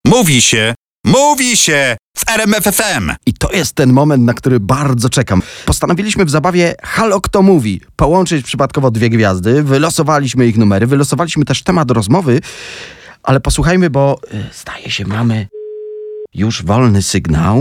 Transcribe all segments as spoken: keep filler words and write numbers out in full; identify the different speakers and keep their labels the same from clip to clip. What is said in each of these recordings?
Speaker 1: Mówi się, mówi się w R M F F M.
Speaker 2: I to jest ten moment, na który bardzo czekam. Postanowiliśmy w zabawie Halo Kto Mówi połączyć przypadkowo dwie gwiazdy. Wylosowaliśmy ich numery, wylosowaliśmy też temat rozmowy, ale posłuchajmy, bo zdaje się, mamy już wolny sygnał.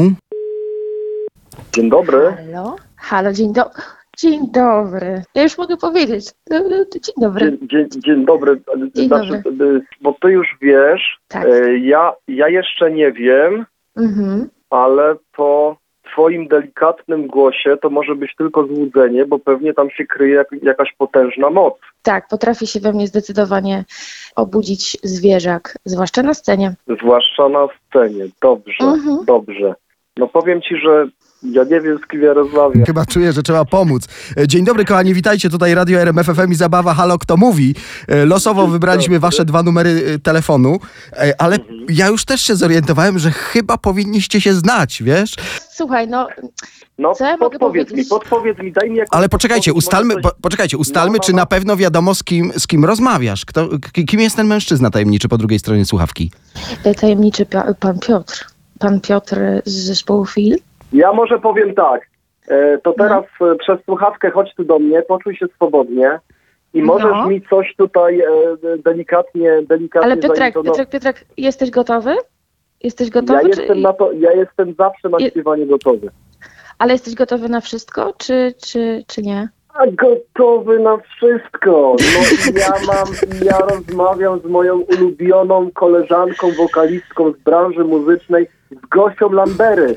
Speaker 3: Dzień dobry.
Speaker 4: Halo? Halo, dzień dobry. Dzień dobry. Ja już mogę powiedzieć. Dzień dobry.
Speaker 3: Dzień, dzień, dzień dobry.
Speaker 4: Dzień
Speaker 3: znaczy,
Speaker 4: dobry.
Speaker 3: Bo ty już wiesz,
Speaker 4: Tak.
Speaker 3: e, ja, ja jeszcze nie wiem,
Speaker 4: Mhm.
Speaker 3: ale po twoim delikatnym głosie to może być tylko złudzenie, bo pewnie tam się kryje jak, jakaś potężna moc.
Speaker 4: Tak, potrafi się we mnie zdecydowanie obudzić zwierzak, zwłaszcza na scenie.
Speaker 3: Zwłaszcza na scenie. Dobrze,
Speaker 4: Mhm.
Speaker 3: dobrze. No powiem ci, że ja nie wiem, z kim ja rozmawiam.
Speaker 2: Chyba czuję, że trzeba pomóc. Dzień dobry, kochani, witajcie. Tutaj Radio R M F F M i zabawa Halo Kto Mówi. Losowo
Speaker 3: Dzień
Speaker 2: wybraliśmy
Speaker 3: dobry.
Speaker 2: wasze dwa numery telefonu, ale ja już też się zorientowałem, że chyba powinniście się znać, wiesz?
Speaker 4: Słuchaj, no,
Speaker 3: No
Speaker 4: Co ja mogę
Speaker 3: podpowiedz mi,
Speaker 4: powiedzieć?
Speaker 3: podpowiedz mi, daj mi jakąś
Speaker 2: Ale poczekajcie,
Speaker 3: podpowiedź,
Speaker 2: ustalmy,
Speaker 3: może
Speaker 2: po,
Speaker 3: coś-
Speaker 2: poczekajcie, ustalmy,
Speaker 3: No, no,
Speaker 2: czy
Speaker 3: no.
Speaker 2: na pewno wiadomo, z kim, z kim rozmawiasz. Kto, k- kim jest ten mężczyzna tajemniczy po drugiej stronie słuchawki?
Speaker 4: tajemniczy pa- pan Piotr. Pan Piotr z zespołu Fil.
Speaker 3: Ja może powiem tak, e, to teraz e, przez słuchawkę chodź tu do mnie, poczuj się swobodnie i możesz
Speaker 4: No.
Speaker 3: mi coś tutaj e, delikatnie, delikatnie
Speaker 4: Ale Piotrek,
Speaker 3: zaintonować.
Speaker 4: Piotrek, Piotrek, jesteś gotowy? Jesteś
Speaker 3: Ja
Speaker 4: gotowy? czy...
Speaker 3: jestem na to, ja jestem zawsze na
Speaker 4: Je-
Speaker 3: śpiewanie gotowy.
Speaker 4: Ale jesteś gotowy na wszystko, czy, czy, czy nie?
Speaker 3: A gotowy na wszystko. No i ja mam, ja rozmawiam z moją ulubioną koleżanką, wokalistką z branży muzycznej, z Gosią Lambery.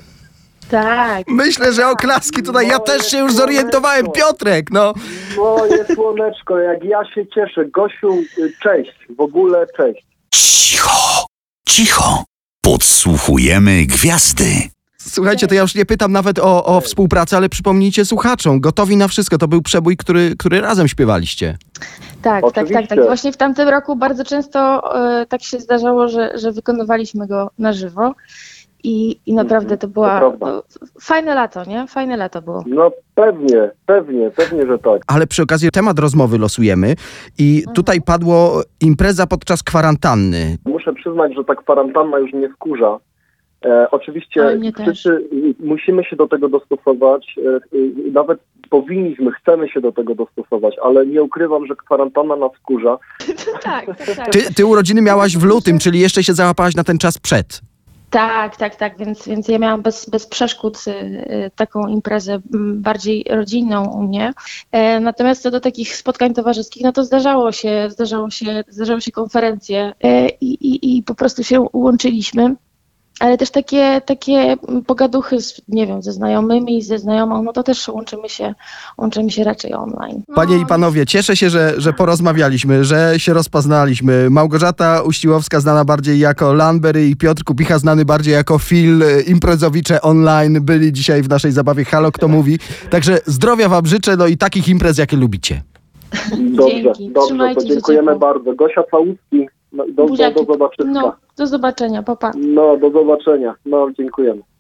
Speaker 4: Tak.
Speaker 2: Myślę, że oklaski tutaj, ja też się już zorientowałem, Piotrek, no.
Speaker 3: Moje słoneczko, jak ja się cieszę. Gosiu, y, cześć, w ogóle cześć.
Speaker 1: Cicho, cicho. Podsłuchujemy gwiazdy.
Speaker 2: Słuchajcie, to ja już nie pytam nawet o, o współpracę, ale przypomnijcie słuchaczom, gotowi na wszystko. To był przebój, który, który razem śpiewaliście.
Speaker 4: Tak, tak, tak,
Speaker 3: Oczywiście.
Speaker 4: tak. Właśnie w tamtym roku bardzo często e, tak się zdarzało, że, że wykonywaliśmy go na żywo i, i naprawdę to była
Speaker 3: to prawda.
Speaker 4: no, fajne lato, nie? Fajne lato było.
Speaker 3: No pewnie, pewnie, pewnie, że tak.
Speaker 2: Ale przy okazji temat rozmowy losujemy i tutaj padło impreza podczas kwarantanny.
Speaker 3: Muszę przyznać, że ta kwarantanna już mnie wkurza. E, oczywiście
Speaker 4: Ale mnie też.
Speaker 3: wszyscy y, musimy się do tego dostosować, e, y, nawet powinniśmy, chcemy się do tego dostosować, ale nie ukrywam, że kwarantanna nas wkurza.
Speaker 4: tak, tak, tak.
Speaker 2: Ty, ty urodziny miałaś w lutym, czyli jeszcze się załapałaś na ten czas przed.
Speaker 4: Tak, tak, tak, więc, więc ja miałam bez, bez przeszkód y, y, taką imprezę m, bardziej rodzinną u mnie. E, natomiast co do takich spotkań towarzyskich, no to zdarzało się, zdarzało się, zdarzały się konferencje e, i, i, i po prostu się łączyliśmy. Ale też takie, takie pogaduchy, z, nie wiem, ze znajomymi, ze znajomą, no to też łączymy się, łączymy się raczej online.
Speaker 2: Panie i panowie, cieszę się, że, że porozmawialiśmy, że się rozpoznaliśmy. Małgorzata Uściłowska znana bardziej jako Lambery i Piotr Kupicha znany bardziej jako Phil, e, imprezowicze online, byli dzisiaj w naszej zabawie Halo Kto Mówi. Także zdrowia wam życzę, no i takich imprez, jakie lubicie.
Speaker 3: Dobrze,
Speaker 4: Dzięki.
Speaker 3: dobrze,
Speaker 4: Trzymajcie
Speaker 3: to
Speaker 4: się
Speaker 3: dziękujemy
Speaker 4: ciepło.
Speaker 3: bardzo. Gosia Całuski, no, do, do,
Speaker 4: Buziaki.
Speaker 3: do zobaczenia.
Speaker 4: No, do zobaczenia, pa, pa.
Speaker 3: No, do zobaczenia. No, dziękujemy.